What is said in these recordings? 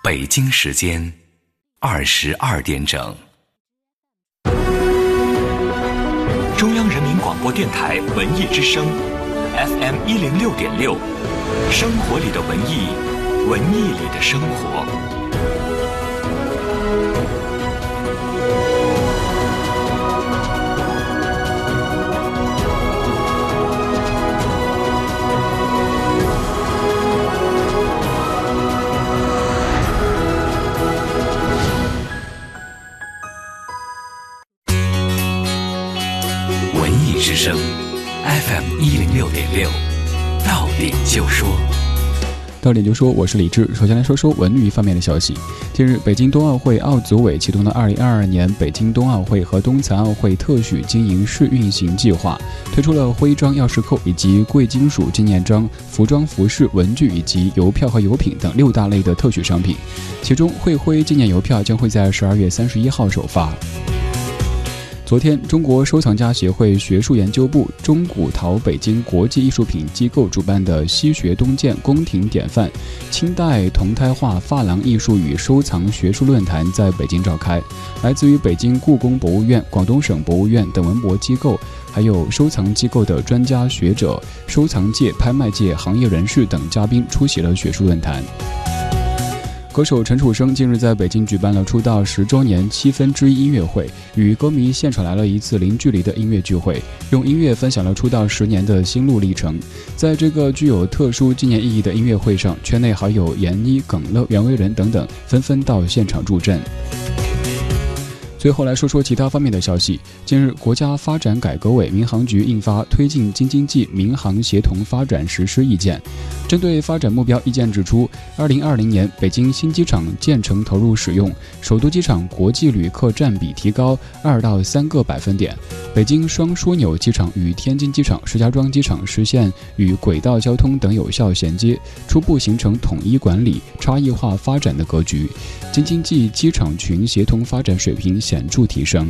北京时间22点整。中央人民广播电台文艺之声 FM 106.6，生活里的文艺，文艺里的生活。之声 FM 106.6，到点就说。 到点就说，我是李志。首先来说说文娱方面的消息。近日，北京冬奥会奥组委启动了2022年北京冬奥会和冬残奥会特许经营试运行计划，推出了徽章、钥匙扣以及贵金属纪念章、服装、服饰、文具以及邮票和邮品等6大类的特许商品。其中，会徽纪念邮票将会在12月31号首发。昨天，中国收藏家协会学术研究部钟鼓陶北京国际艺术品机构主办的西学东渐宫廷典范清代铜胎画珐琅艺术与收藏学术论坛在北京召开，来自于北京故宫博物院、广东省博物院等文博机构，还有收藏机构的专家学者、收藏界、拍卖界行业人士等嘉宾出席了学术论坛。歌手陈楚生近日在北京举办了出道10周年1/7音乐会，与歌迷现场来了一次零距离的音乐聚会，用音乐分享了出道10年的心路历程。在这个具有特殊纪念意义的音乐会上，圈内好友闫妮、耿乐、袁惟仁等等纷纷到现场助阵。最后来说说其他方面的消息。近日，国家发展改革委民航局印发《推进京津冀民航协同发展实施意见》，针对发展目标，意见指出，2020年北京新机场建成投入使用，首都机场国际旅客占比提高2到3个百分点。北京双枢纽机场与天津机场、石家庄机场实现与轨道交通等有效衔接，初步形成统一管理、差异化发展的格局。京津冀机场群协同发展水平显著提升。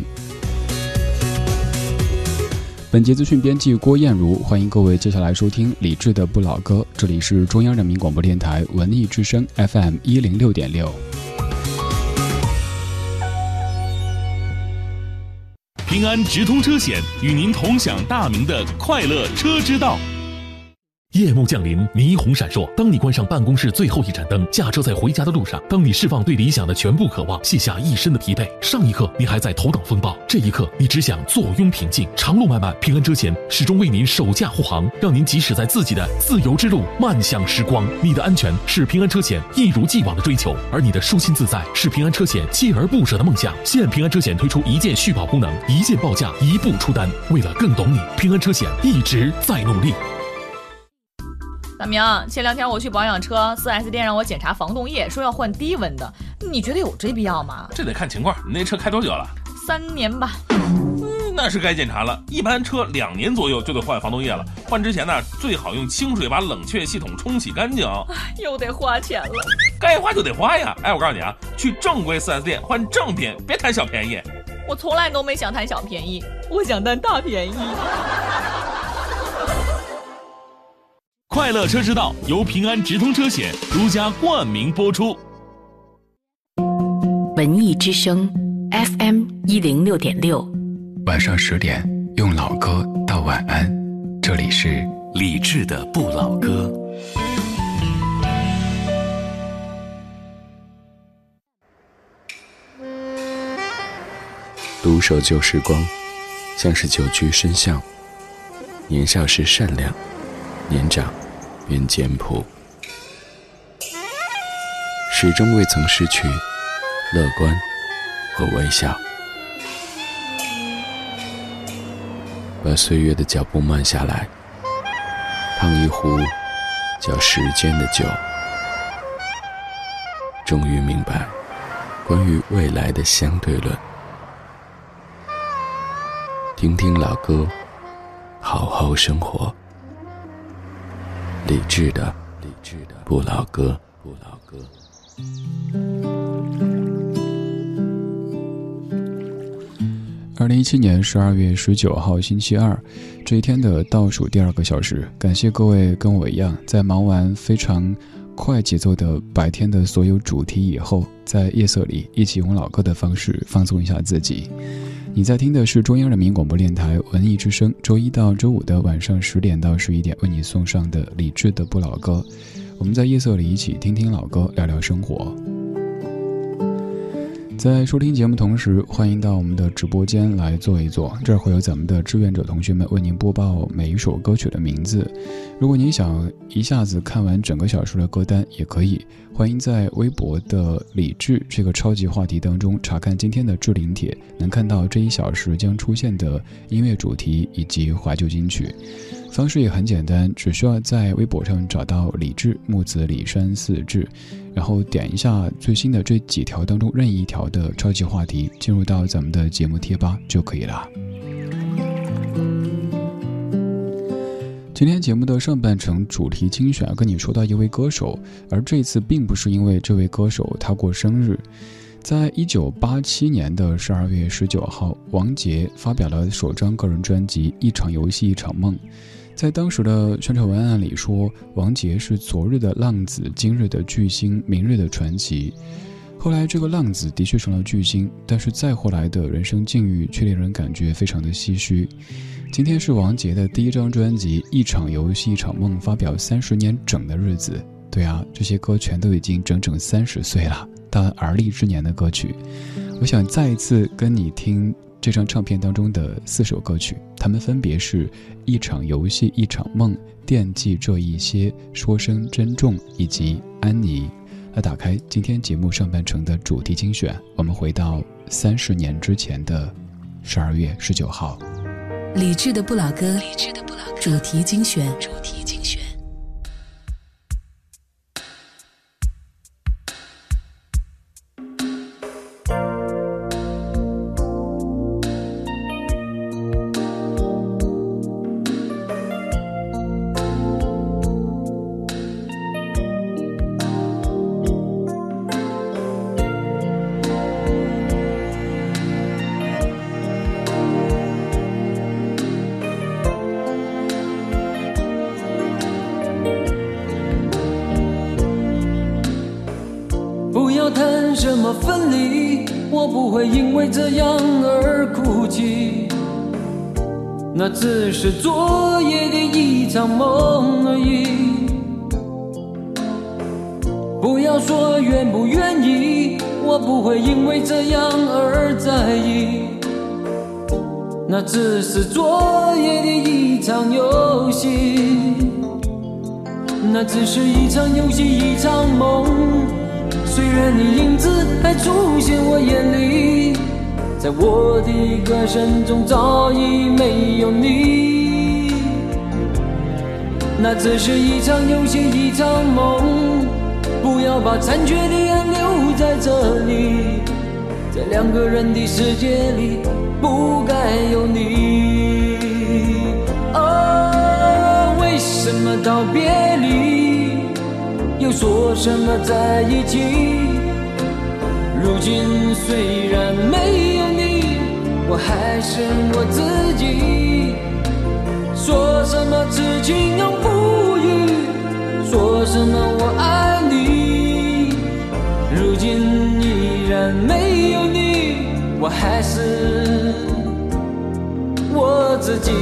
本节资讯编辑郭艳茹，欢迎各位接下来收听李志的不老歌，这里是中央人民广播电台文艺之声 FM 106.6。 平安直通车险与您同享大明的快乐车之道。夜幕降临，霓虹闪烁。当你关上办公室最后一盏灯，驾车在回家的路上，当你释放对理想的全部渴望，卸下一身的疲惫，上一刻你还在头等风暴，这一刻你只想坐拥平静。长路漫漫，平安车险始终为您守驾护航，让您即使在自己的自由之路漫向时光。你的安全是平安车险一如既往的追求，而你的舒心自在是平安车险锲而不舍的梦想。现平安车险推出一键续保功能，一键报价，一步出单。为了更懂你，平安车险一直在努力。 大明，前2天我去保养车，4S 店让我检查防冻液，说要换低温的，你觉得有这必要吗？ 这得看情况，你那车开多久了 ？3年吧。 那是该检查了，一般车2年左右就得换防冻液了。换之前呢，最好用清水把冷却系统冲洗干净。 又得花钱了， 该花就得花呀。哎，我告诉你啊，去正规 4S 店换正品，别贪小便宜。 我从来都没想贪小便宜，我想贪大便宜。 快乐车之道由平安直通车险独家冠名播出。 文艺之声 FM 106.6， 晚上10点用老歌道晚安，这里是李志的不老歌。独守旧时光，像是久居深巷。年少时善良，年长便简朴，始终未曾失去乐观和微笑。把岁月的脚步慢下来，烫一壶叫时间的酒，终于明白关于未来的相对论。听听老歌，好好生活。理智的不老歌。 2017年12月19号星期二，这一天的倒数第2个小时，感谢各位跟我一样，在忙完非常快节奏的白天的所有主题以后，在夜色里一起用老歌的方式放松一下自己。你在听的是中央人民广播电台文艺之声，周一到周五的晚上10点到11点为你送上的理智的不老歌。我们在夜色里一起听听老歌，聊聊生活。在收听节目同时，欢迎到我们的直播间来坐一坐，这儿会有咱们的志愿者同学们为您播报每一首歌曲的名字。如果您想一下子看完整个小时的歌单也可以，欢迎在微博的理智这个超级话题当中查看今天的置顶帖，能看到这1小时将出现的音乐主题以及怀旧金曲。方式也很简单，只需要在微博上找到李志，木子李山四志，然后点一下最新的这几条当中任意一条的超级话题，进入到咱们的节目贴吧就可以了。今天节目的上半程主题精选跟你说到一位歌手，而这次并不是因为这位歌手他过生日。在1987年的12月19号，王杰发表了首张个人专辑《一场游戏一场梦》。在当时的宣传文案里说，王杰是昨日的浪子，今日的巨星，明日的传奇。后来这个浪子的确成了巨星，但是再后来的人生境遇却令人感觉非常的唏嘘。今天是王杰的第1张专辑《一场游戏一场梦》发表30年整的日子。对啊，这些歌全都已经整整30岁了，到了而立之年的歌曲。我想再一次跟你听这张唱片当中的4首歌曲，它们分别是一场游戏一场梦、惦记这一些、说声珍重以及安妮。来打开今天节目上半程的主题精选，我们回到30年之前的12月19号。 理智的不老歌，主题精选。 什么分离，我不会因为这样而哭泣，那只是昨夜的一场梦而已。不要说愿不愿意，我不会因为这样而在意，那只是昨夜的一场游戏，那只是一场游戏一场梦。虽然你影子还出现我眼里，在我的歌声中早已没有你，那只是一场游戏一场梦。不要把残缺的爱留在这里，在2个人的世界里不该有你。为什么道别离，又说什么在一起？如今虽然没有你，我还是我自己。说什么痴情永不渝，说什么我爱你，如今依然没有你，我还是我自己。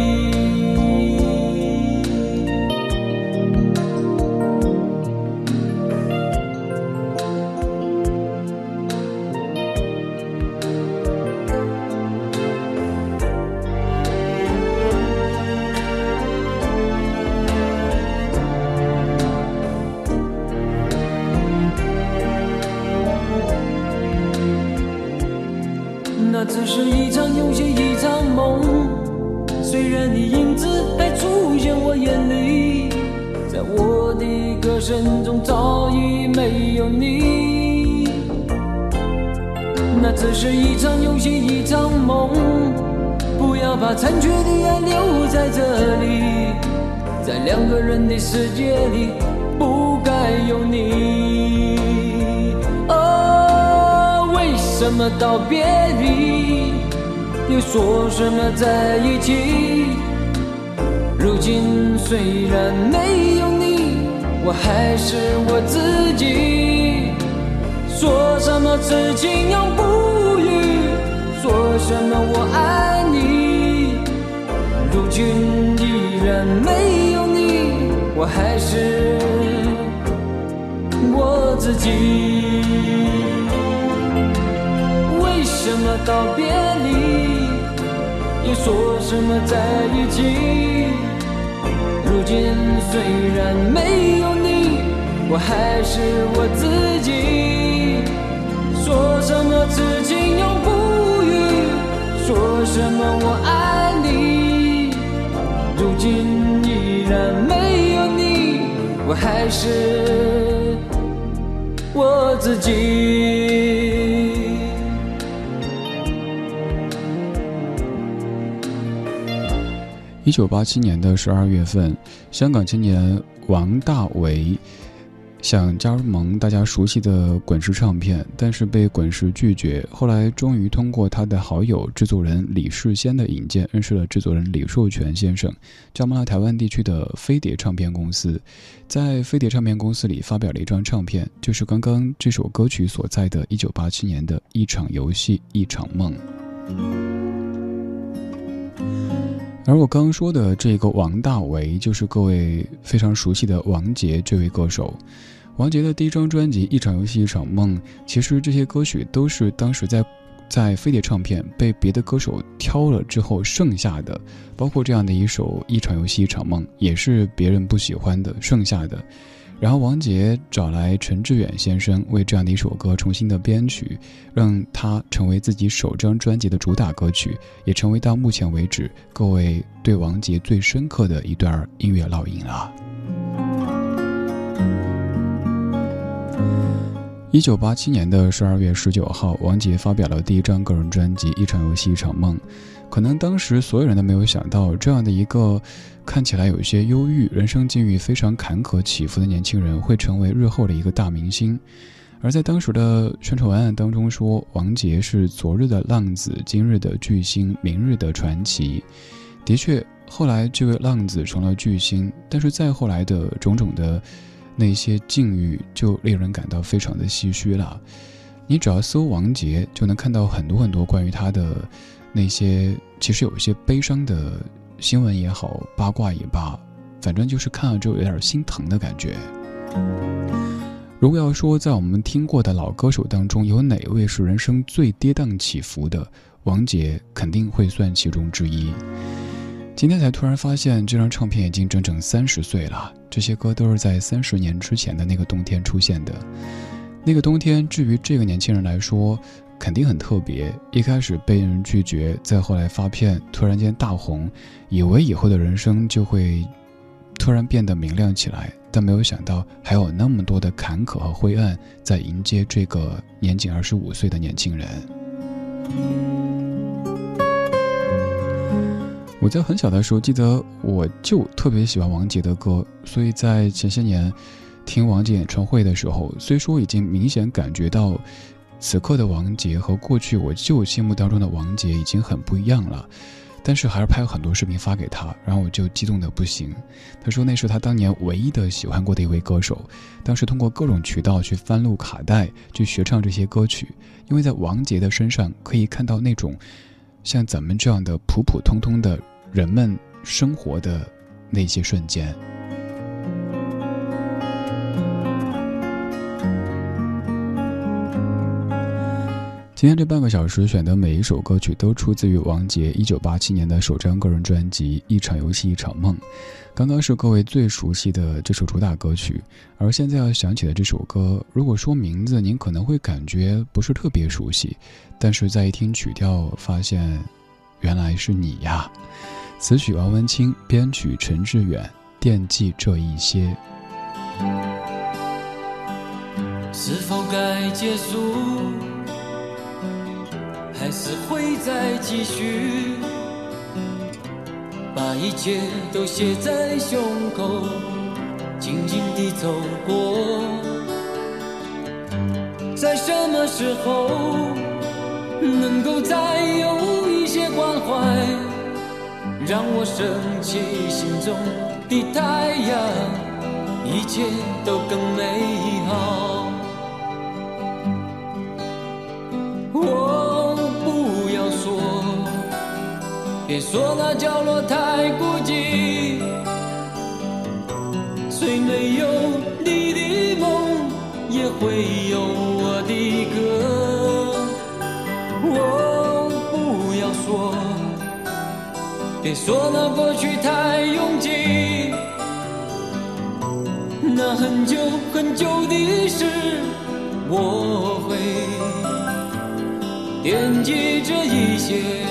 那只是一场游戏一场梦，虽然你影子还出现我眼里，在我的歌声中早已没有你。那只是一场游戏一场梦，不要把残缺的爱留在这里，在2个人的世界里不该有你。为什么道别离，又说什么在一起？如今虽然没有你， 我还是我自己。说什么此情永不渝，说什么我爱你，如今依然没有你，我还是我自己。为什么道别离，也说什么在一起，如今虽然没有你，我还是我自己。说什么此情永不渝，说什么我爱你，如今依然没有你，我还是我自己。 1987年的12月份，香港青年王大为想加盟大家熟悉的滚石唱片，但是被滚石拒绝。后来终于通过他的好友制作人李世先的引荐，认识了制作人李寿全先生，加盟了台湾地区的飞碟唱片公司。在飞碟唱片公司里发表了一张唱片，就是刚刚这首歌曲所在的1987年的一场游戏一场梦。而我刚刚说的这个王大为，就是各位非常熟悉的王杰这位歌手。王杰的第一张专辑《一场游戏一场梦》，其实这些歌曲都是当时在飞碟唱片被别的歌手挑了之后剩下的，包括这样的一首《一场游戏一场梦》，也是别人不喜欢的剩下的。然后王杰找来陈志远先生为这样的一首歌重新的编曲，让它成为自己首张专辑的主打歌曲，也成为到目前为止各位对王杰最深刻的一段音乐烙印了。1987年的12月19号，王杰发表了第一张个人专辑《一场游戏一场梦》。可能当时所有人都没有想到，这样的一个看起来有一些忧郁、人生境遇非常坎坷起伏的年轻人，会成为日后的一个大明星。而在当时的宣传文案当中说，王杰是昨日的浪子，今日的巨星，明日的传奇。的确，后来这位浪子成了巨星，但是再后来的种种的那些境遇就令人感到非常的唏嘘了。你只要搜王杰，就能看到很多很多关于他的那些其实有一些悲伤的新闻也好，八卦也罢，反正就是看了之后有点心疼的感觉。如果要说在我们听过的老歌手当中有哪位是人生最跌宕起伏的，王杰肯定会算其中之一。今天才突然发现这张唱片已经整整30岁了，这些歌都是在30年之前的那个冬天出现的。那个冬天至于这个年轻人来说肯定很特别，一开始被人拒绝，再后来发片突然间大红，以为以后的人生就会突然变得明亮起来，但没有想到还有那么多的坎坷和灰暗在迎接这个年仅25岁的年轻人。我在很小的时候记得我就特别喜欢王杰的歌，所以在前些年听王杰演唱会的时候，虽说已经明显感觉到此刻的王杰和过去我就心目当中的王杰已经很不一样了，但是还是拍了很多视频发给他，然后我就激动的不行。他说那是他当年唯一的喜欢过的一位歌手，当时通过各种渠道去翻录卡带，去学唱这些歌曲，因为在王杰的身上可以看到那种像咱们这样的普普通通的人们生活的那些瞬间。今天这半个小时选的每一首歌曲都出自于王杰1987年的首张个人专辑《一场游戏一场梦》。刚刚是各位最熟悉的这首主打歌曲，而现在要想起的这首歌，如果说名字您可能会感觉不是特别熟悉，但是在一听曲调发现原来是你呀。词曲王文清，编曲陈志远，惦记这一些。 是否该结束，还是会再继续？把一切都写在胸口，静静地走过。在什么时候能够再有一些关怀，让我升起心中的太阳， 一切都更美好。哦，不要说，别说那角落太孤寂，虽没有你的梦，也会有我的歌。哦，不要说，别说那过去太拥挤，那很久很久的事，我会惦记着一些。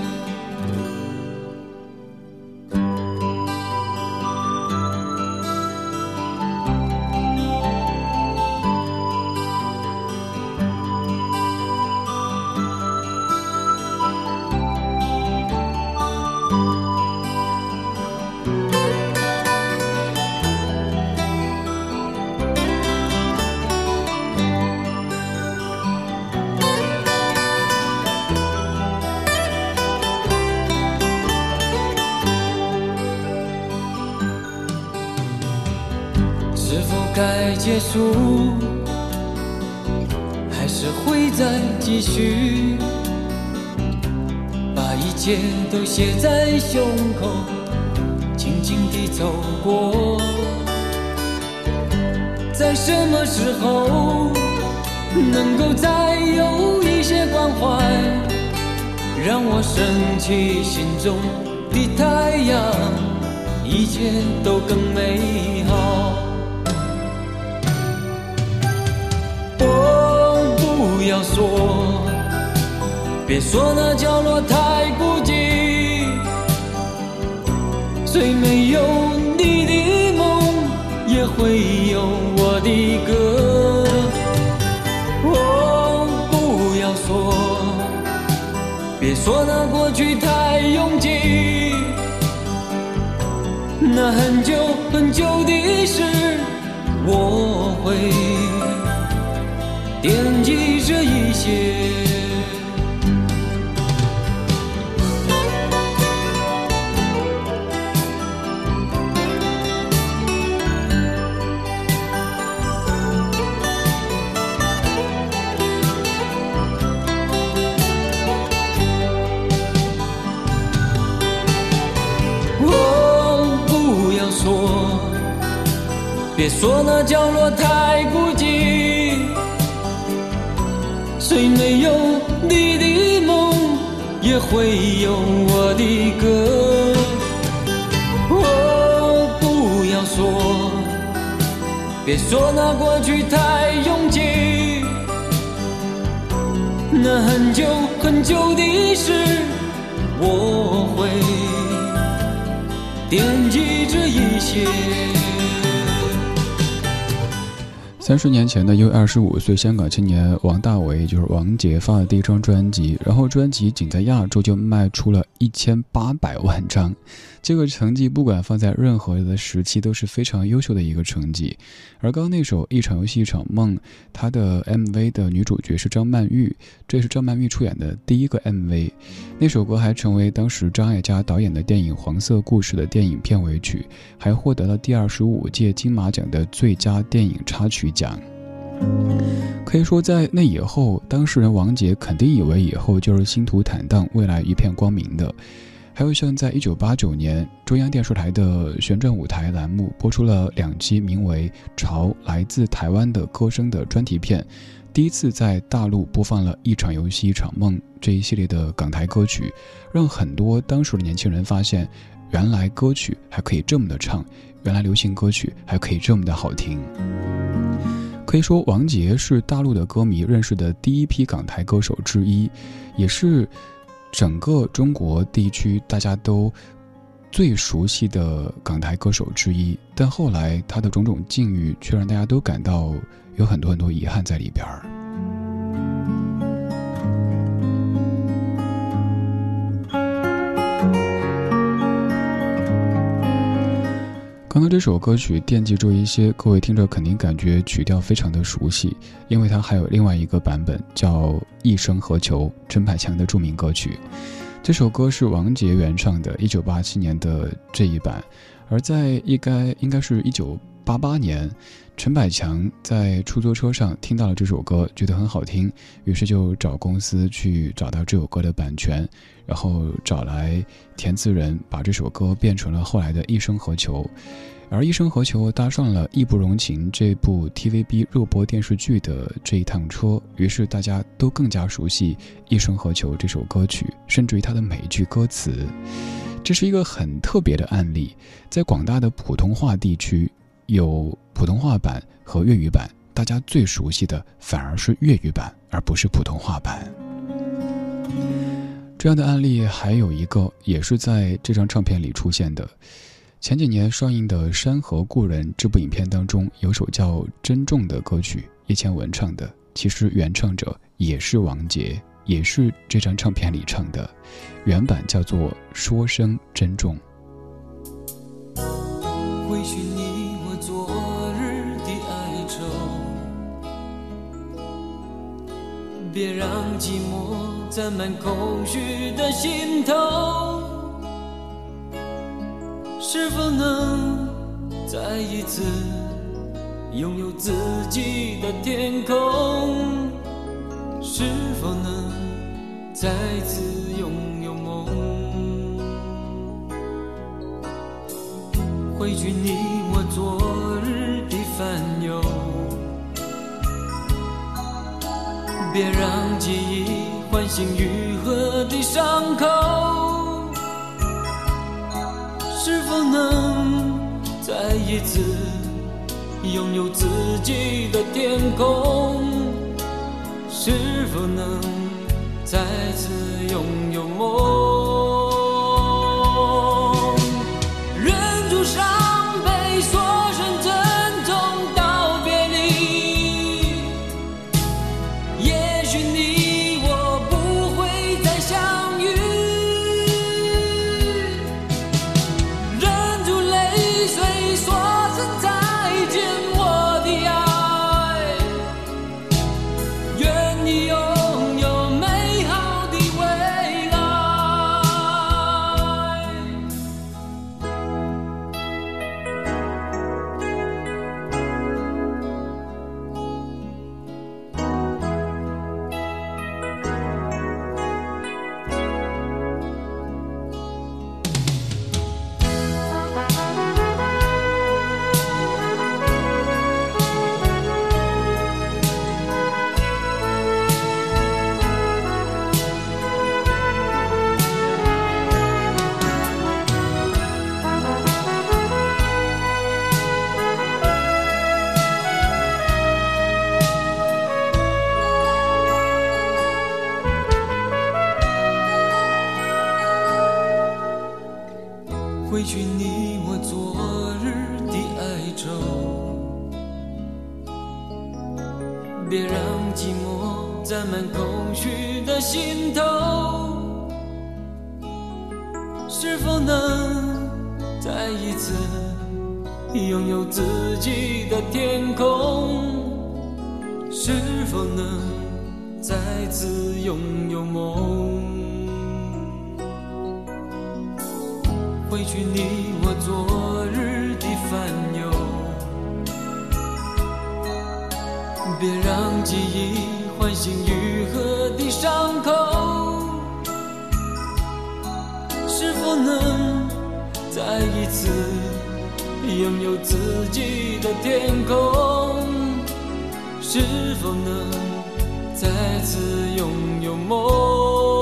是否该结束，还是会再继续？把一切都写在胸口，轻轻地走过。在什么时候能够再有一些关怀，让我升起心中的太阳，一切都更美好。不要说，别说那角落太孤寂，虽没有你的梦，也会有我的歌。哦，不要说，别说那过去太拥挤，那很久很久的事，我会惦记着一些。哦，不要说，别说那角落太孤寂，虽没有你的梦，也会有我的歌。哦，不要说，别说那过去太拥挤，那很久很久的事，我会惦记着一些。 30年前的1月25岁，香港青年王大为，也就是王杰发了第一张专辑，然后专辑仅在亚洲就卖出了1800万张，这个成绩不管放在任何的时期都是非常优秀的一个成绩。而刚刚那首《一场游戏一场梦》，它的 MV 的女主角是张曼玉，这是张曼玉出演的第一个 MV。那首歌还成为当时张艾嘉导演的电影《黄色故事》的电影片尾曲，还获得了第25届金马奖的最佳电影插曲奖。可以说在那以后，当事人王杰肯定以为以后就是星途坦荡，未来一片光明的。还有像在1989年中央电视台的旋转舞台栏目播出了2期名为《潮来自台湾的歌声》的专题片，第一次在大陆播放了《一场游戏一场梦》这一系列的港台歌曲，让很多当时的年轻人发现，原来歌曲还可以这么的唱，原来流行歌曲还可以这么的好听。可以说王杰是大陆的歌迷认识的第一批港台歌手之一，也是整个中国地区大家都最熟悉的港台歌手之一，但后来他的种种境遇却让大家都感到有很多很多遗憾在里边。刚刚这首歌曲惦记住一些，各位听着肯定感觉曲调非常的熟悉，因为它还有另外一个版本叫《一生何求》，陈百强的著名歌曲。这首歌是王杰原唱的，1987年的这一版，而在应该是 88年，陈百强在出租车上听到了这首歌，觉得很好听，于是就找公司去找到这首歌的版权，然后找来填词人，把这首歌变成了后来的一生何求。而一生何求搭上了义不容情这部 TVB 热播电视剧的这一趟车，于是大家都更加熟悉一生何求这首歌曲，甚至于它的每一句歌词。这是一个很特别的案例，在广大的普通话地区有普通话版和粤语版，大家最熟悉的反而是粤语版，而不是普通话版。这样的案例还有一个，也是在这张唱片里出现的。前几年上映的《山河故人》这部影片当中，有首叫《珍重》的歌曲，叶倩文唱的，其实原唱者也是王杰，也是这张唱片里唱的，原版叫做《说声珍重》。 回去你我昨日的哀愁，别让寂寞沾满空虚的心头，是否能再一次拥有自己的天空，是否能再次拥有梦，回去你我昨日的烦忧，别让记忆唤醒愈合的伤口，是否能再一次拥有自己的天空，是否能再次拥有梦，忍住伤悲，说声珍重，道别离，也许你我不会再相遇，忍住泪水，说声再见，我的爱，愿你拥有美好的未来。回去你我昨日的哀愁，别让寂寞沾满空虚的心头，是否能再一次拥有自己的天空，是否能再次拥有梦，回去你我昨日的烦忧，别让记忆唤醒愈合的伤口，是否能再一次拥有自己的天空，是否能再次拥有梦，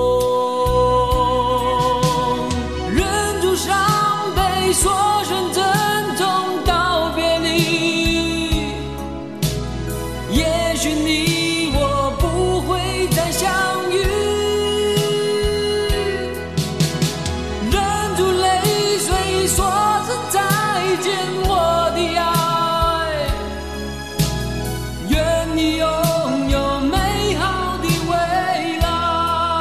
说声珍重，道别离，也许你我不会再相遇，忍住泪水，说声再见，我的爱，愿你拥有美好的未来。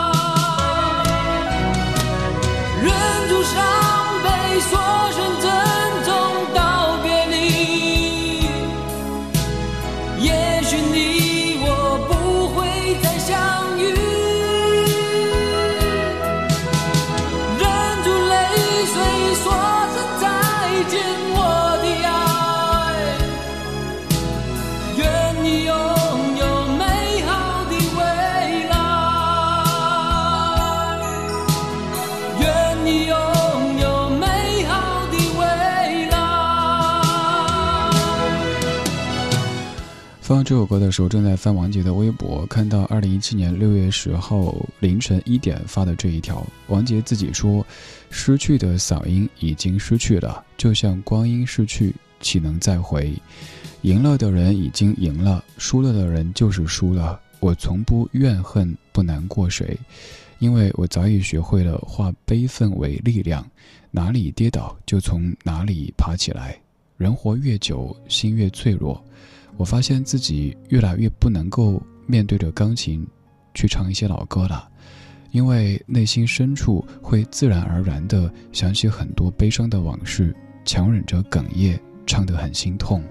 放这首歌的时候，正在翻王杰的微博，看到2017年6月10号凌晨1点发的这一条。王杰自己说：“失去的嗓音已经失去了，就像光阴逝去，岂能再回？赢了的人已经赢了，输了的人就是输了。我从不怨恨，不难过谁，因为我早已学会了化悲愤为力量，哪里跌倒就从哪里爬起来。人活越久，心越脆弱。”我发现自己越来越不能够面对着钢琴去唱一些老歌了，因为内心深处会自然而然地想起很多悲伤的往事，强忍着哽咽，唱得很心痛。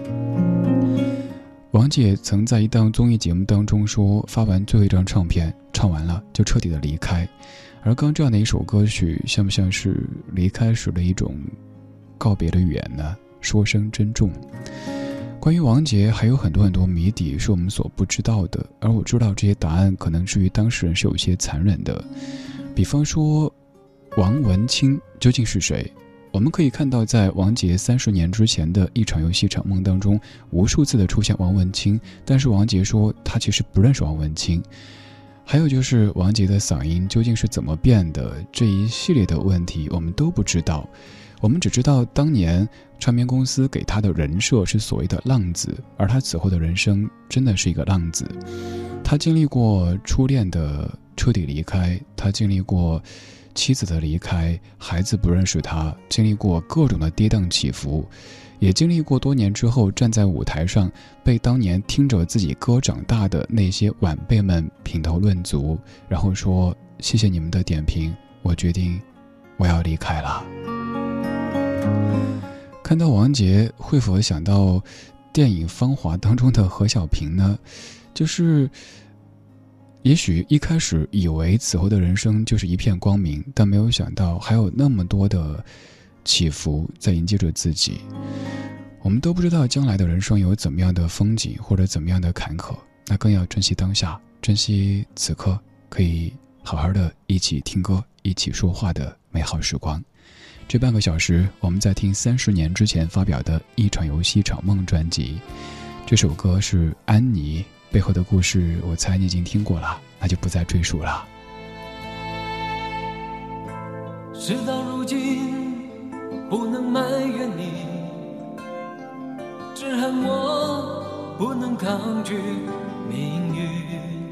王姐曾在一档综艺节目当中说，发完最后一张唱片，唱完了就彻底的离开。而刚这样的一首歌曲，像不像是离开时的一种告别的语言呢？说声珍重。关于王杰还有很多很多谜底是我们所不知道的，而我知道这些答案可能至于当事人是有一些残忍的。比方说王文清究竟是谁？我们可以看到在王杰30年之前的一场游戏场梦当中，无数次的出现王文清，但是王杰说他其实不认识王文清。还有就是王杰的嗓音究竟是怎么变的，这一系列的问题我们都不知道。我们只知道当年唱片公司给他的人设是所谓的浪子，而他此后的人生真的是一个浪子。他经历过初恋的彻底离开，他经历过妻子的离开，孩子不认识他，经历过各种的跌宕起伏，也经历过多年之后站在舞台上被当年听着自己歌长大的那些晚辈们品头论足，然后说谢谢你们的点评，我决定我要离开了。看到王杰，会否想到电影《芳华》当中的何小萍呢？就是也许一开始以为此后的人生就是一片光明，但没有想到还有那么多的起伏在迎接着自己。我们都不知道将来的人生有怎么样的风景或者怎么样的坎坷，那更要珍惜当下，珍惜此刻可以好好的一起听歌一起说话的美好时光。这半个小时我们在听30年之前发表的一场游戏场梦专辑，这首歌是安妮，背后的故事我猜你已经听过了，那就不再赘述了。 事到如今不能埋怨你，只恨我不能抗拒命运，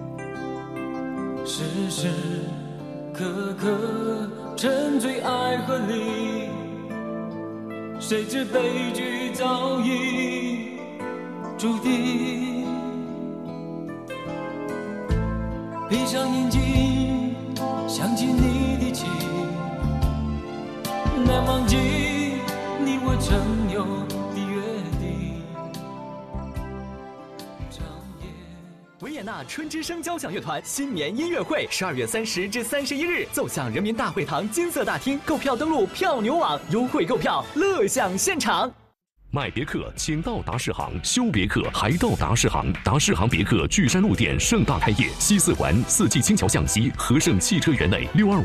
时时刻刻沉醉爱河里，谁知悲剧早已注定。闭上眼睛想起你的情，难忘记你我曾有的约定。 维也纳春之声交响乐团新年音乐会12月30至31日奏响人民大会堂金色大厅，购票登录票牛网，优惠购票，乐享现场。 买别克请到达世行，修别克还到达世行。达世行别克巨山路店盛大开业，西四环4季青桥向西，和盛汽车园内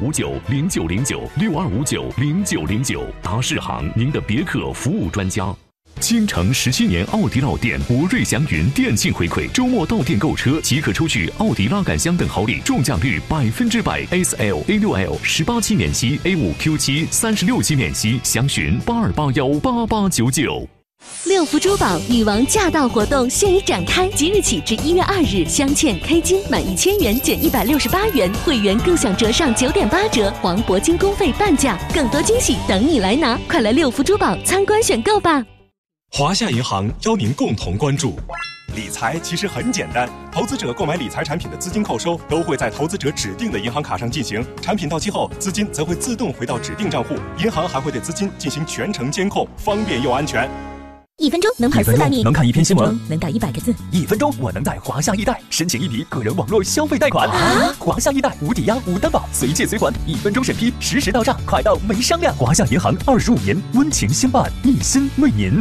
6259090962590909。达世行，您的别克服务专家。京城17年奥迪老店博瑞祥云店庆回馈，周末到店购车即可抽取奥迪拉杆箱等好礼，中奖率100%。SL A6L 18期免息 ，A5 Q7 36期免息，详询82818899。 六福珠宝女王驾到活动现已展开，即日起至1月2日，镶嵌 K 金满1000元减168元，会员更享折上9.8折，黄铂金工费半价，更多惊喜等你来拿！快来六福珠宝参观选购吧！ 华夏银行邀您共同关注。理财其实很简单，投资者购买理财产品的资金扣收都会在投资者指定的银行卡上进行，产品到期后，资金则会自动回到指定账户，银行还会对资金进行全程监控，方便又安全。 1分钟能跑400米， 能看一篇新闻， 能打100个字。 1分钟我能在华夏易贷申请一笔个人网络消费贷款。华夏易贷无抵押无担保，随借随还，1分钟审批，实时到账，快到没商量。华夏银行25年温情相伴，一心为您。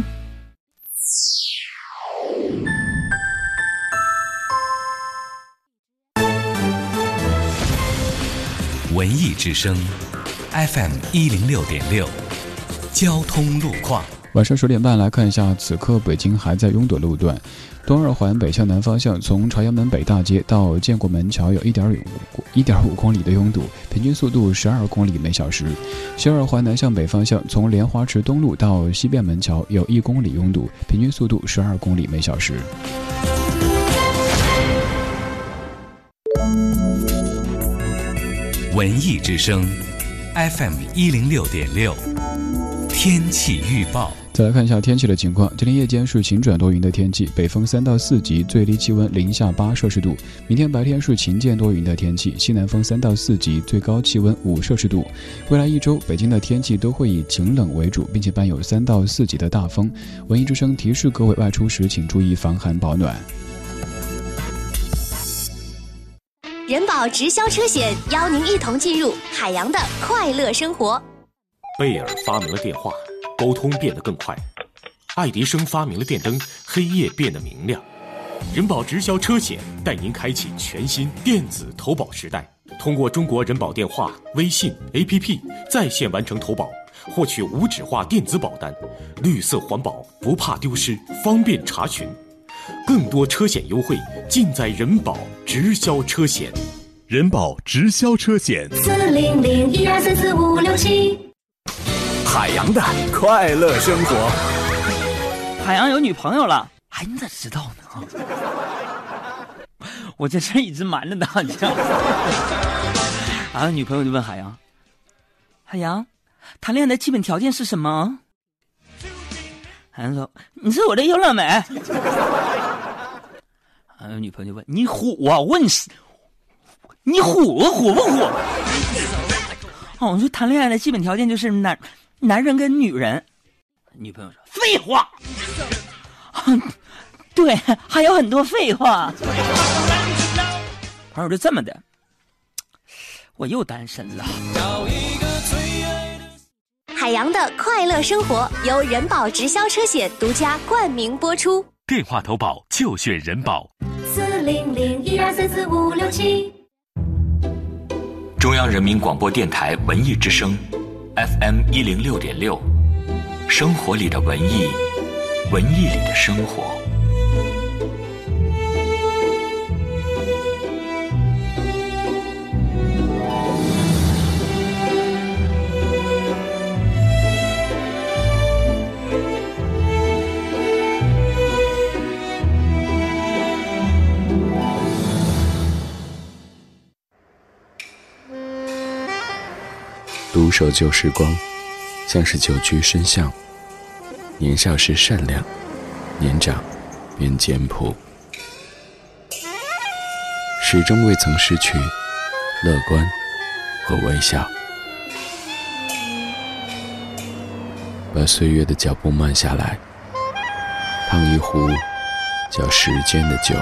文艺之声 FM 106.6，交通路况。 晚上10点半来看一下，此刻北京还在拥堵路段。东二环北向南方向，从朝阳门北大街到建国门桥有1.5公里的拥堵，平均速度12公里每小时。西二环南向北方向，从莲花池东路到西便门桥有1公里拥堵，平均速度12公里每小时。 文艺之声 FM 106.6，天气预报。 再来看一下天气的情况，今天夜间是晴转多云的天气，北风3到4级，最低气温零下8摄氏度。明天白天是晴间多云的天气，西南风3到4级，最高气温5摄氏度。未来1周，北京的天气都会以晴冷为主，并且伴有3到4级的大风。文艺之声提示各位外出时请注意防寒保暖。 人保直销车险邀您一同进入海洋的快乐生活。 贝尔发明了电话，沟通变得更快；爱迪生发明了电灯，黑夜变得明亮。人保直销车险带您开启全新电子投保时代，通过中国人保电话、微信、APP 在线完成投保，获取无纸化电子保单，绿色环保，不怕丢失，方便查询。更多车险优惠尽在人保直销车险。 人保直销车险 40012344567。 海洋的快乐生活。 海洋有女朋友了，哎，你咋知道呢？我这事一直瞒着大家。然后女朋友就问海洋：“海洋，谈恋爱的基本条件是什么？”海洋说：“你是我的优乐美。”然后女朋友就问：“你虎啊？我问你虎不虎？”哦，我说谈恋爱的基本条件就是男人跟女人。女朋友说：“废话。”对，还有很多废话。朋友就这么的，我又单身了。 海洋的快乐生活由人保直销车险独家冠名播出。 电话投保就选人保。 40012344567。 中央人民广播电台文艺之声 FM 106.6，生活里的文艺，文艺里的生活。 独守旧时光，像是久居深巷。年少时善良，年长便简朴，始终未曾失去乐观和微笑。把岁月的脚步慢下来，烫一壶叫时间的酒，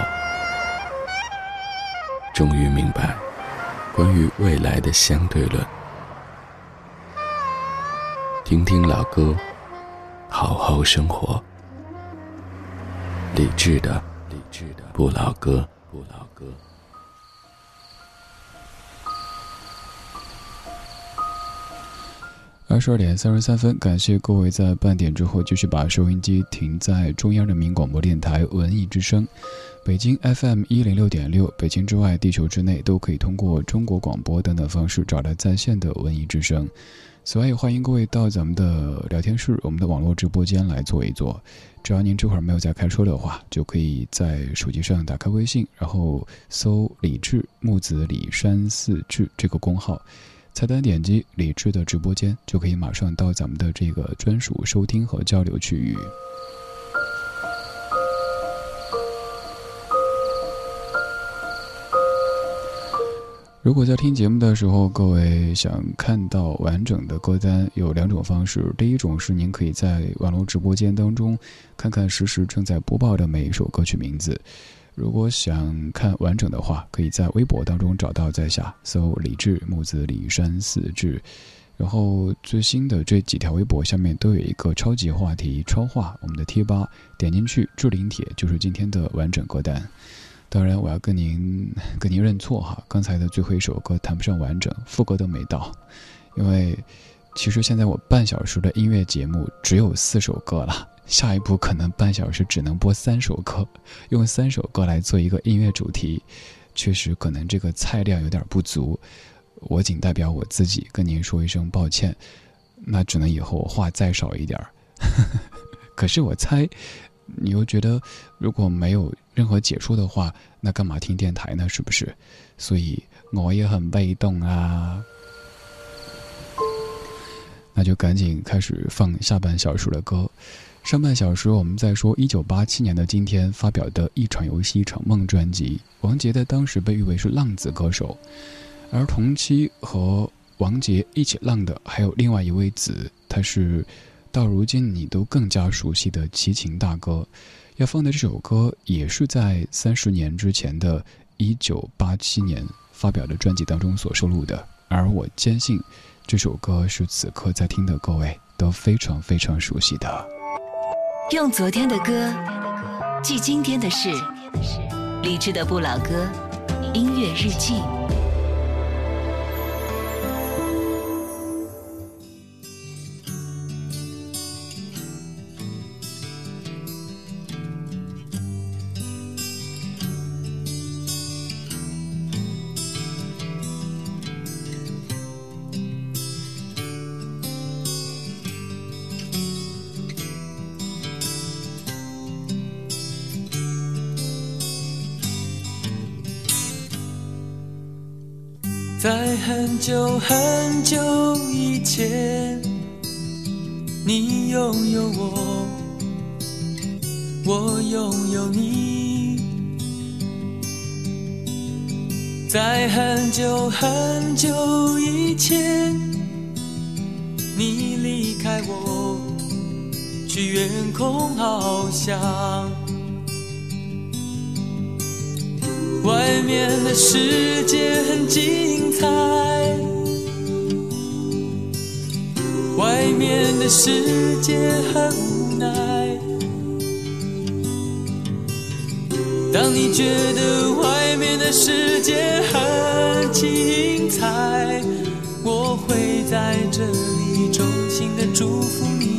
终于明白关于未来的相对论。听听老歌，好好生活。理智的不老歌。 22点33分，感谢各位在半点之后继续把收音机停在中央人民广播电台文艺之声，北京 FM 106.6，北京之外、地球之内都可以通过中国广播等等方式找到在线的文艺之声。此外，也欢迎各位到咱们的聊天室、我们的网络直播间来坐一坐。只要您这会儿没有在开车的话，就可以在手机上打开微信，然后搜李志木子李山寺志这个公号，菜单点击李志的直播间，就可以马上到咱们的这个专属收听和交流区域。如果在听节目的时候，各位想看到完整的歌单，有2种方式。第一种是您可以在网络直播间当中看看实时正在播报的每一首歌曲名字。如果想看完整的话，可以在微博当中找到在下搜李志木子李山寺志，然后最新的这几条微博下面都有一个超级话题超话，我们的贴吧点进去置顶帖就是今天的完整歌单。当然我要跟您认错哈，刚才的最后一首歌谈不上完整，副歌都没到，因为其实现在我半小时的音乐节目只有4首歌了，下一步可能半小时只能播3首歌，用3首歌来做一个音乐主题，确实可能这个菜量有点不足，我仅代表我自己跟您说一声抱歉，那只能以后我话再少一点可是我猜你又觉得如果没有任何解说的话，那干嘛听电台呢，是不是？所以我也很被动啊。那就赶紧开始放下半小时的歌。上半小时我们在说1987年的今天发表的一场游戏一场梦专辑，王杰的当时被誉为是浪子歌手，而同期和王杰一起浪的还有另外一位子，他是到如今你都更加熟悉的齐秦大哥。要放的这首歌也是在30年之前的1987年发表的专辑当中所收录的，而我坚信这首歌是此刻在听的各位都非常非常熟悉的。 用昨天的歌记今天的事，理智的不老歌，音乐日记。 在很久很久以前，你拥有我，我拥有你。在很久很久以前，你离开我，去远空翱翔。外面的世界很精彩，外面的世界很无奈。当你觉得外面的世界很精彩，我会在这里衷心的祝福你。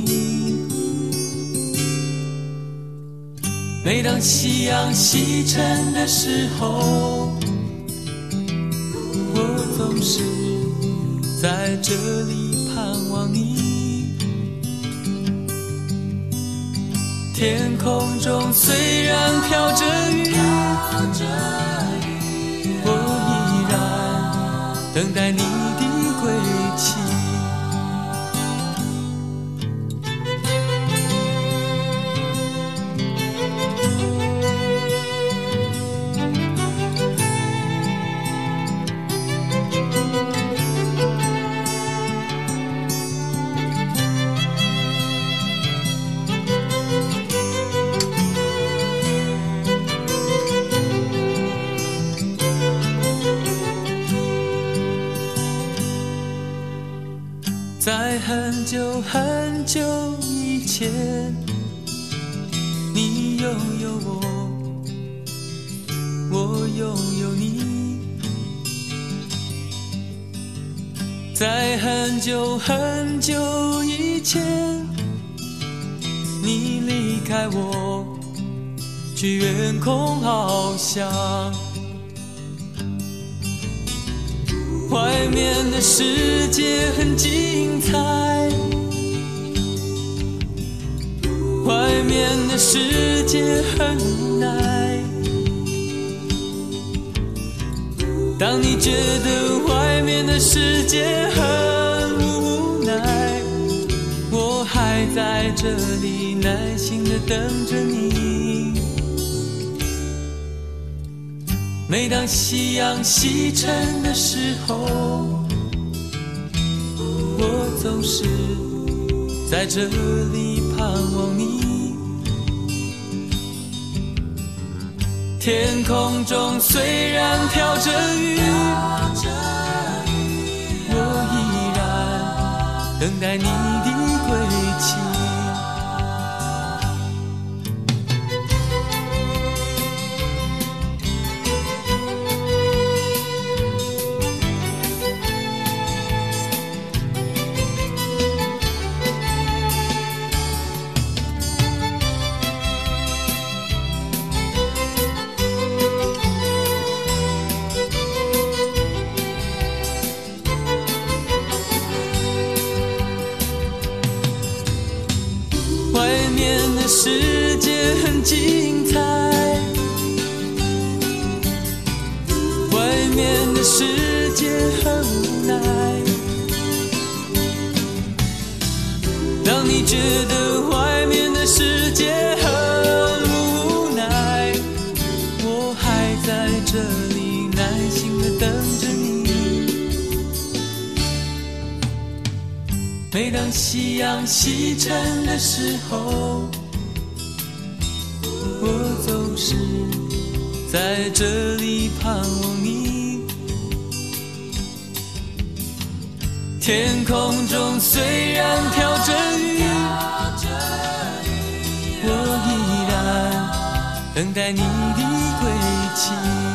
每当夕阳西沉的时候，我总是在这里盼望你。天空中虽然飘着雨，我依然等待你的归期。在很久很久以前，你拥有我，我拥有你。在很久很久以前，你离开我，去远空翱翔。外面的世界很精彩，外面的世界很无奈。当你觉得外面的世界很无奈，我还在这里耐心地等着你。每当夕阳西沉的时候，我总是在这里盼望你。天空中虽然飘着雨，我依然等待你的归期。 世界很精彩，外面的世界很无奈。当你觉得外面的世界很无奈，我还在这里耐心地等着你。每当夕阳西沉的时候，我总是在这里盼望你。天空中虽然飘着雨，我依然等待你的归期，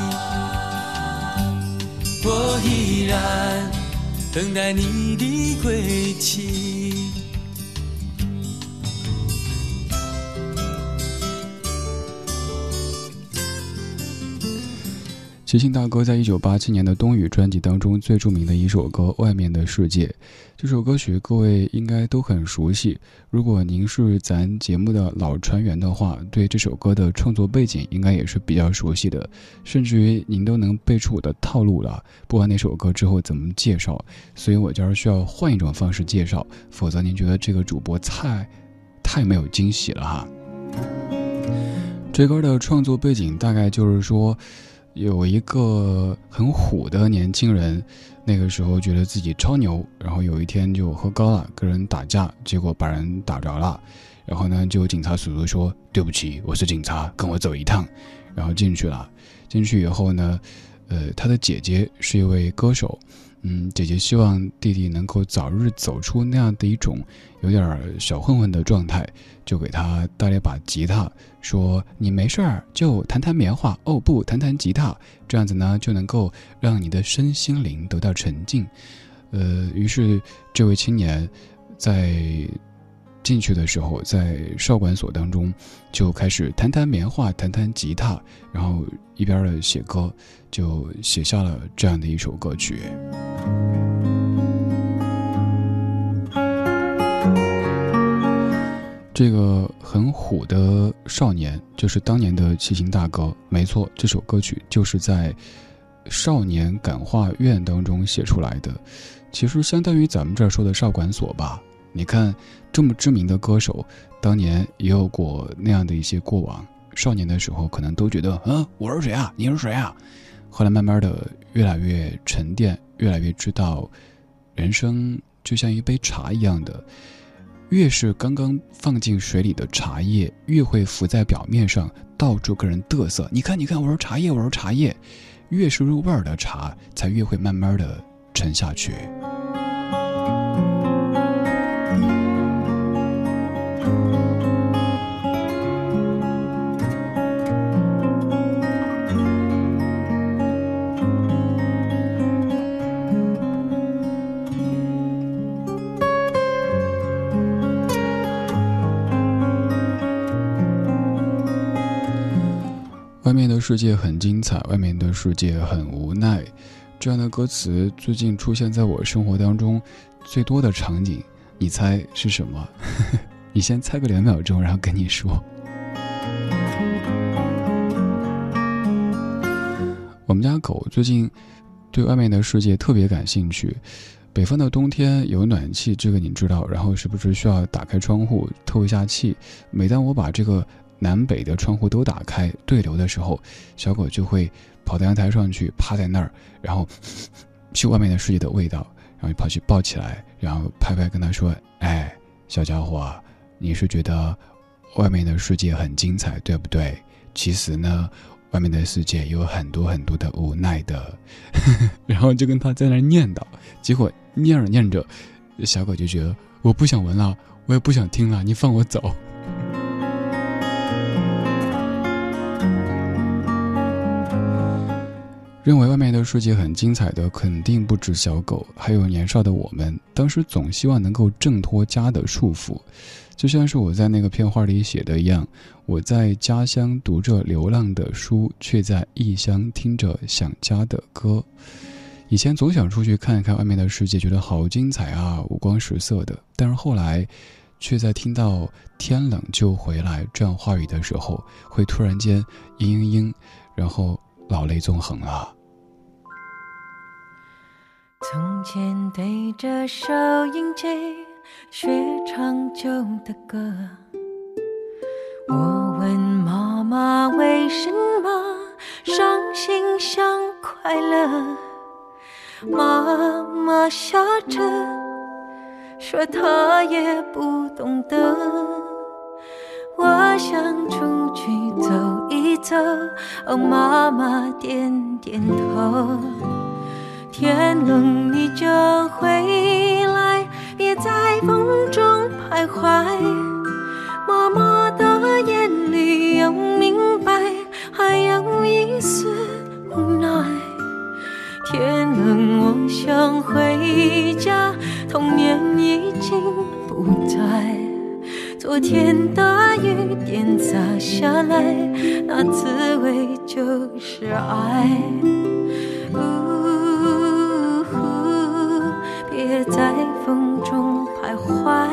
我依然等待你的归期。 齐秦大哥在1987年的冬雨专辑当中最著名的一首歌《外面的世界》，这首歌曲各位应该都很熟悉。如果您是咱节目的老船员的话，对这首歌的创作背景应该也是比较熟悉的，甚至于您都能背出我的套路了。不管那首歌之后怎么介绍，所以我就是需要换一种方式介绍，否则您觉得这个主播太没有惊喜了哈。这歌的创作背景大概就是说，有一个很虎的年轻人，那个时候觉得自己超牛，然后有一天就喝高了，跟人打架，结果把人打着了，然后呢就警察叔叔说对不起，我是警察，跟我走一趟，然后进去了。进去以后呢，他的姐姐是一位歌手，姐姐希望弟弟能够早日走出那样的一种有点小混混的状态，就给他带了一把吉他，说你没事儿就弹弹棉花，哦不，弹弹吉他，这样子呢就能够让你的身心灵得到沉静。于是这位青年在进去的时候，在少管所当中就开始弹弹棉花，弹弹吉他，然后一边的写歌，就写下了这样的一首歌曲。这个很虎的少年就是当年的齐秦大哥，没错，这首歌曲就是在少年感化院当中写出来的，其实相当于咱们这儿说的少管所吧。你看这么知名的歌手，当年也有过那样的一些过往，少年的时候可能都觉得我是谁啊，你是谁啊，后来慢慢的越来越沉淀，越来越知道人生就像一杯茶一样的，越是刚刚放进水里的茶叶，越会浮在表面上，到处跟人嘚瑟，你看你看，我说茶叶，我说茶叶，越是入味儿的茶才越会慢慢的沉下去。外面的世界很精彩，外面的世界很无奈，这样的歌词最近出现在我生活当中最多的场景，你猜是什么？你先猜个2秒钟，然后跟你说。我们家狗最近对外面的世界特别感兴趣，北方的冬天有暖气，这个你知道，然后是不是需要打开窗户透一下气？每当我把这个南北的窗户都打开对流的时候，小狗就会跑到阳台上去，趴在那儿，然后嗅外面的世界的味道，然后跑去抱起来，然后拍拍跟他说，哎，小家伙，你是觉得外面的世界很精彩对不对？其实呢，外面的世界有很多很多的无奈的。然后就跟他在那儿念叨，结果念着念着，小狗就觉得我不想闻了，我也不想听了，你放我走。认为外面的世界很精彩的肯定不止小狗，还有年少的我们，当时总希望能够挣脱家的束缚，就像是我在那个片花里写的一样，我在家乡读着流浪的书，却在异乡听着想家的歌。以前总想出去看一看外面的世界，觉得好精彩啊，五光十色的，但是后来却在听到天冷就回来这样话语的时候，会突然间嘤嘤嘤，然后老泪纵横啊。 从前对着收音机学唱旧的歌，我问妈妈为什么伤心像快乐，妈妈笑着说她也不懂得。我想出去走一走，哦，妈妈点点头。天冷你就回来，别在风中徘徊。妈妈的眼里有明白，还有一丝无奈。天冷我想回家，童年已经不在。昨天的雨点洒下来，那滋味就是爱。别在风中徘徊，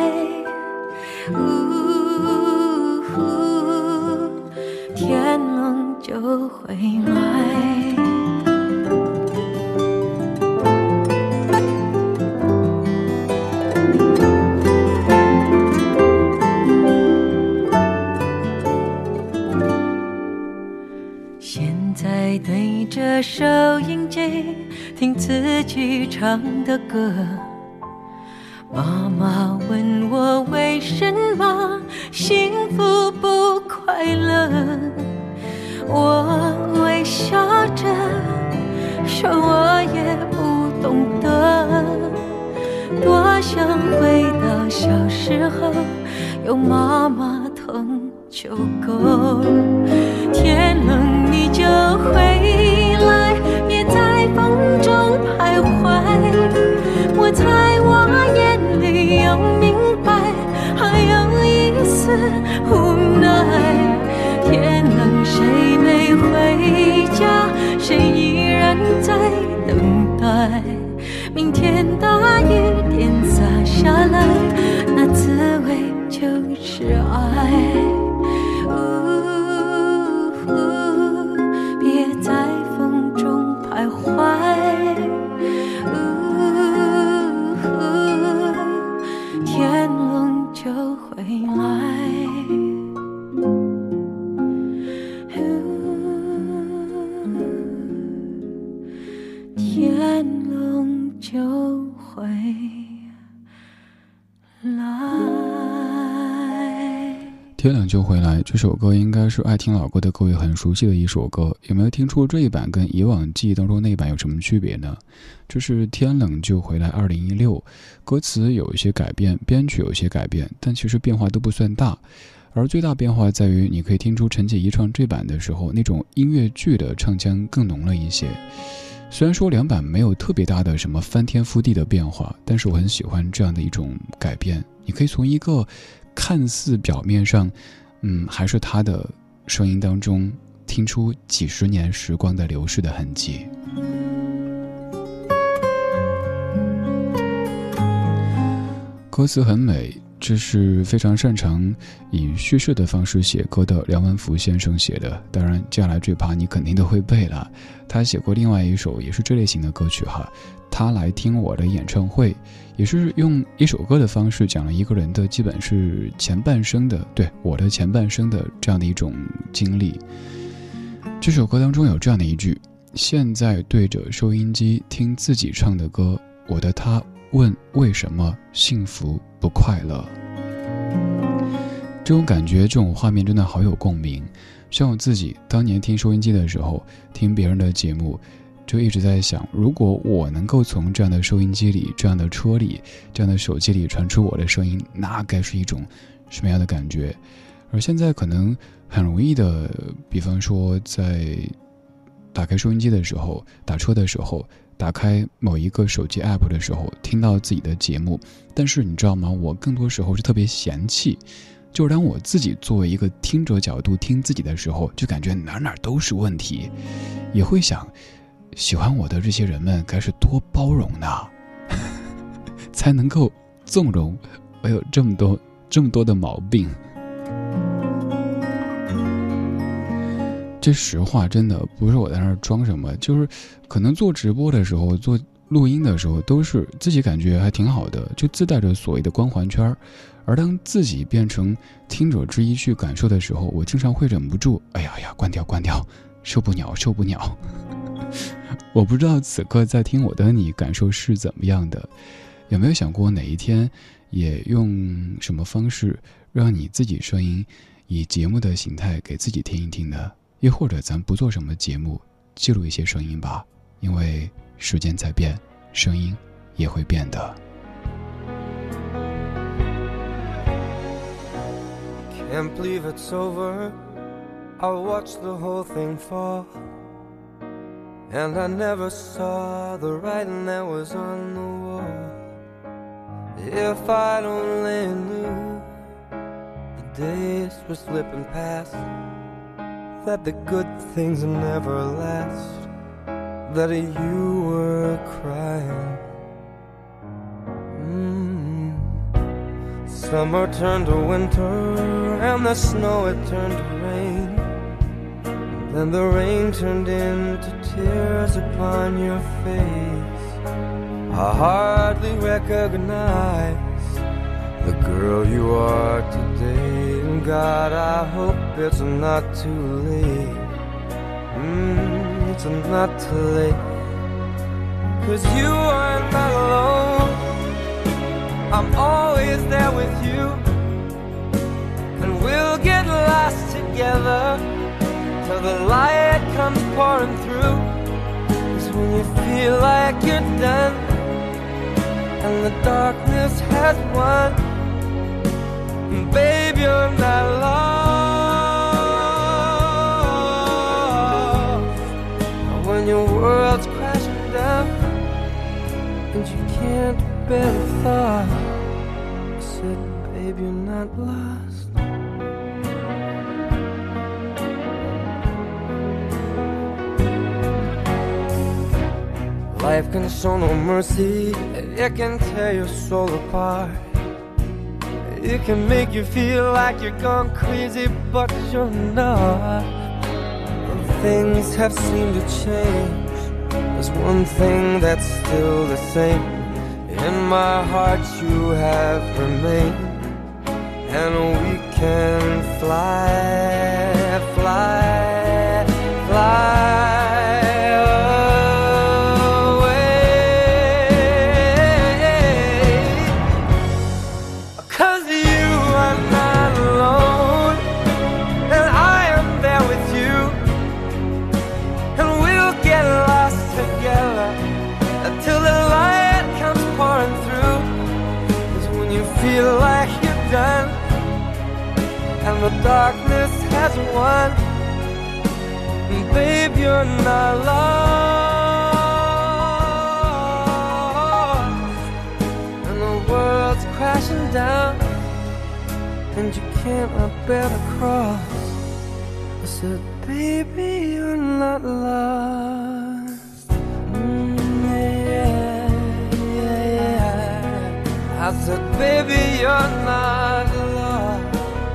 天冷就回来。现在对着收音机听自己唱的歌，妈妈问我为什么幸福不快乐，我微笑着说我也不懂得。多想回到小时候，有妈妈疼就够。天冷你就回来，别在风中徘徊。我猜我眼里有明白，还有一丝无奈。天冷谁没回家，谁依然在等待。明天的雨点洒下来，那滋味就是爱。别在风中徘徊，天冷就回来。天冷就回来。 天冷就回来，这首歌应该是爱听老歌的各位很熟悉的一首歌。有没有听出这一版跟以往记忆当中那一版有什么区别呢？这是天冷就回来2016，歌词有一些改变，编曲有一些改变，但其实变化都不算大。而最大变化在于，你可以听出陈洁仪唱这版的时候，那种音乐剧的唱腔更浓了一些。虽然说两版没有特别大的什么翻天覆地的变化，但是我很喜欢这样的一种改变。你可以从一个看似表面上还是他的声音当中听出几十年时光的流逝的痕迹。歌词很美，这是非常擅长以叙事的方式写歌的梁文福先生写的，当然接下来这趴你肯定都会背了。他写过另外一首也是这类型的歌曲哈，他来听我的演唱会，也是用一首歌的方式讲了一个人的基本是前半生的，对，我的前半生的这样的一种经历。这首歌当中有这样的一句：现在对着收音机听自己唱的歌，我的他问为什么幸福不快乐。这种感觉，这种画面真的好有共鸣。像我自己当年听收音机的时候，听别人的节目，就一直在想，如果我能够从这样的收音机里、这样的车里、这样的手机里传出我的声音，那该是一种什么样的感觉。而现在可能很容易的，比方说在打开收音机的时候、打车的时候、打开某一个手机 app 的时候，听到自己的节目，但是你知道吗，我更多时候是特别嫌弃，就当我自己作为一个听者角度听自己的时候，就感觉哪都是问题，也会想喜欢我的这些人们该是多包容呢才能够纵容我有这么多这么多的毛病。这实话真的不是我在那儿装什么，就是可能做直播的时候做录音的时候都是自己感觉还挺好的，就自带着所谓的光环圈，而当自己变成听者之一去感受的时候，我经常会忍不住，哎呀呀，关掉，受不了。我不知道此刻在听我的你感受是怎么样的，有没有想过哪一天也用什么方式让你自己声音以节目的形态给自己听一听呢？又或者咱不做什么节目，记录一些声音吧，因为时间在变，声音也会变的。 Can't believe it's over. I watched the whole thing fall, and I never saw the writing that was on the wall. If I'd only knew the days were slipping past, that the good things never last, that you were crying. Summer turned to winter, and the snow it turned to rain. Then the rain turned into tears upon your face. I hardly recognize the girl you are today. And God, I hope it's not too late. It's not too late. 'Cause you are not alone. I'm always there with you, and we'll get lost together till the light comes pouring through. 'Cause when you feel like you're done and the darkness has won, babe, you're not lost. When your world's crashing down and you can't bear the thought, I said, babe, you're not lost. Life can show no mercy, it can tear your soul apart. It can make you feel like you're gone crazy, but you're not. Things have seemed to change, there's one thing that's still the same. In my heart you have remained, and we can fly, fly, fly away. 'Cause you are not alone, and I am there with you, and we'll get lost together until the light comes pouring through. 'Cause when you feel like you're done and the darkness has won, babe, you're not lost. And the world's crashing down and you cannot bear the cross. I said, baby, you're not lost. I said, baby, you're not lost.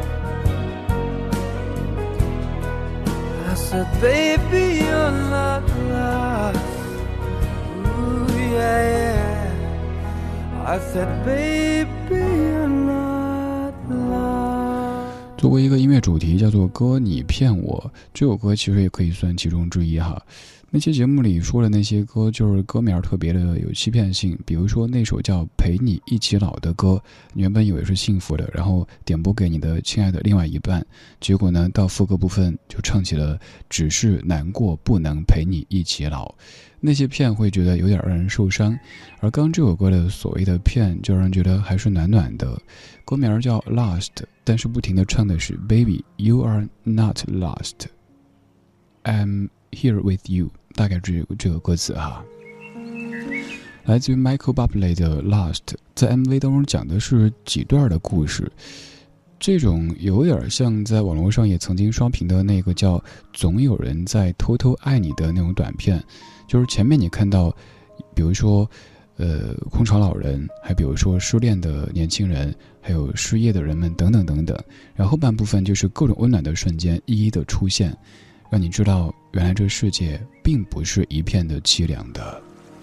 I said, baby, you're not lost. Ooh, yeah, yeah. I said, baby, you're not lost. 做过一个音乐主题叫做歌你骗我，这首歌其实也可以算其中之一哈。那期节目里说的那些歌，就是歌名特别的有欺骗性，比如说那首叫《陪你一起老》的歌，你原本以为是幸福的，然后点播给你的亲爱的另外一半，结果呢，到副歌部分就唱起了只是难过不能陪你一起老。那些骗会觉得有点让人受伤，而刚这首歌的所谓的骗就让人觉得还是暖暖的。歌名叫 Lost， 但是不停的唱的是 Baby you are not lost I'm here with you， 大概这个歌词哈。来自于 Michael Bublé 的 Lost， 在 MV 当中讲的是几段的故事，这种有点像在网络上也曾经刷屏的那个叫总有人在偷偷爱你的那种短片，就是前面你看到比如说空巢老人，还比如说失恋的年轻人， 还有失业的人们等等等等。然后后半部分就是各种温暖的瞬间一一的出现，让你知道原来这世界并不是一片的凄凉的。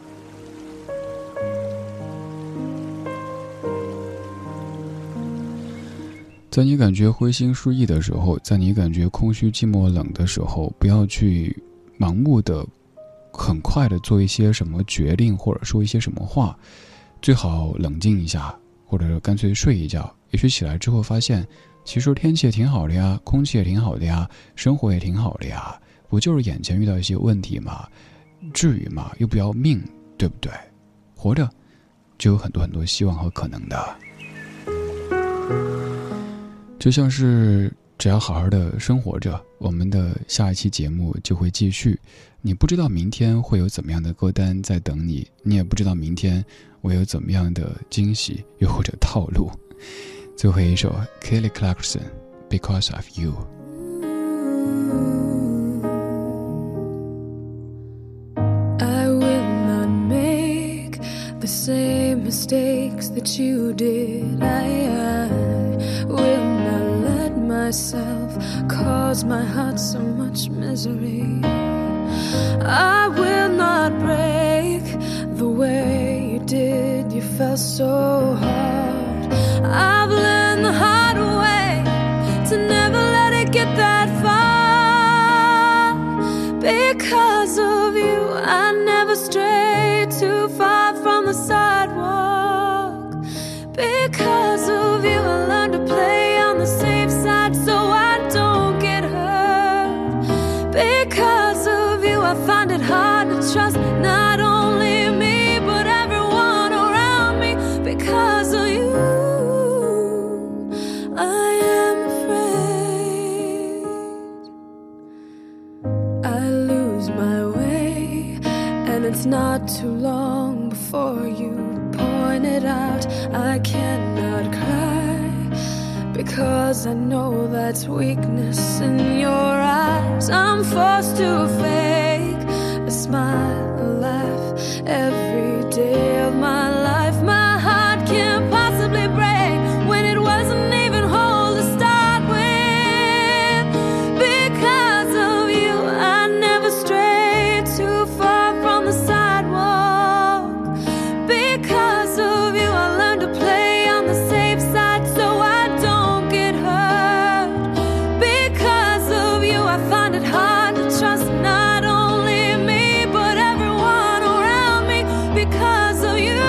在你感觉灰心失意的时候，在你感觉空虚寂寞冷的时候，不要去盲目的很快的做一些什么决定，或者说一些什么话，最好冷静一下，或者干脆睡一觉。也许起来之后发现，其实天气也挺好的呀，空气也挺好的呀，生活也挺好的呀，不就是眼前遇到一些问题吗？至于吗？又不要命，对不对？活着就有很多很多希望和可能的。就像是只要好好的生活着，我们的下一期节目就会继续。你不知道明天会有怎么样的歌单在等你，你也不知道明天我有怎么样的惊喜又或者套路。最后一首 Kelly Clarkson Because of You。 I will not make the same mistakes that you did. I will not let myself cause my heart so much misery. I will not break the way you did. You fell so hard. I've learned the hard way to never let it get that far. Because of you, I never strayed too far from the sidewalk. Because of you, I learned to play on the safe side so I don't get hurt. Because of you, I find it hard to trust not only me but everyone around me. Because of you, I am afraid I lose my way, and it's not too long before you point it out. I cannot cry because I know that's weakness in your eyes. I'm forced to fake a smile, a laugh every day of my life. My heart can't possibly break when it wasn't even whole to start with. Because of you, I never strayed too far from the sidewalk. Because of you, I learned to play on the safe side so I don't get hurt. Because of you, I find it hard to trust not only me but everyone around me. Because of you,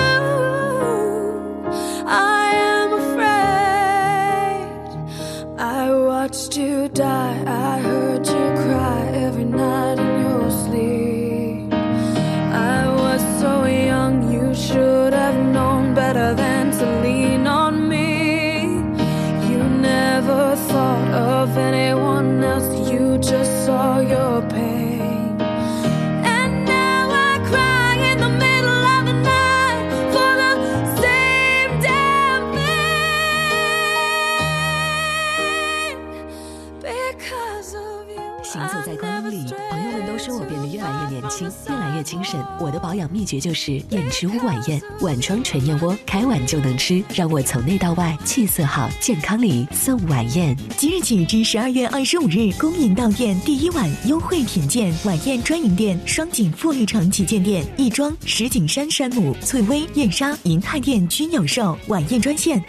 I am afraid. I watched you die, I heard you cry every night in your sleep. I was so young, you should have known better than to lean on me. You never thought of anyone else, you just saw your pain. And now I cry in the middle of the night for the same damn thing. Because of you, 行走在光阴里，朋友们都说我变得越来越年轻，越来越精神。我的保养秘诀就是燕之屋晚宴，晚装纯燕窝，开碗就能吃，让我从内到外气色好，健康里送晚宴。 即日起至12月25日，恭迎到店第一晚优惠品鉴晚宴专营店双井富力城旗舰店、亦庄、石景山山姆、翠微、燕莎、银泰店均有售。晚宴专线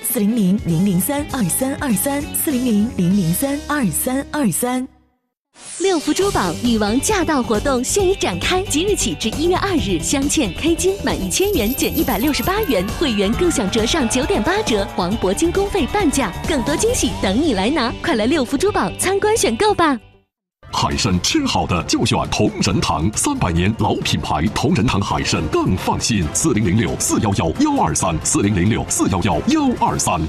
400-003-2323，400-003-2323。 六福珠宝女王驾到活动现已展开，即日起至1月2日，镶嵌 K 金满1000元减168元，会员更享折上9.8折，黄铂金工费半价，更多惊喜等你来拿！快来六福珠宝参观选购吧！ 海参吃好的就选同仁堂，300年老品牌，同仁堂海参更放心。4006-411-123，4006-411-123。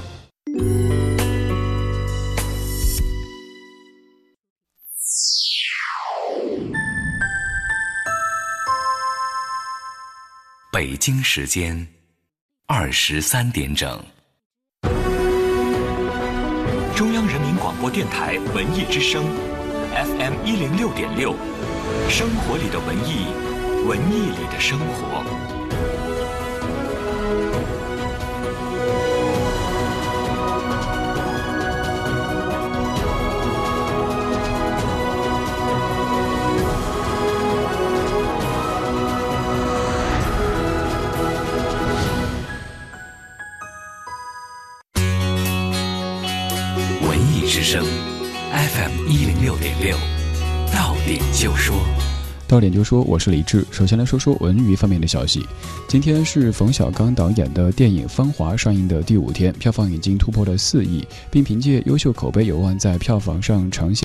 北京时间23点整。中央人民广播电台文艺之声 FM 106.6，生活里的文艺，文艺里的生活。 106.6，到点就说。 到点就说，我是李志。首先来说说文娱方面的消息。今天是冯小刚导演的电影《芳华》上映的第5天，票房已经突破了4亿，并凭借优秀口碑有望在票房上长线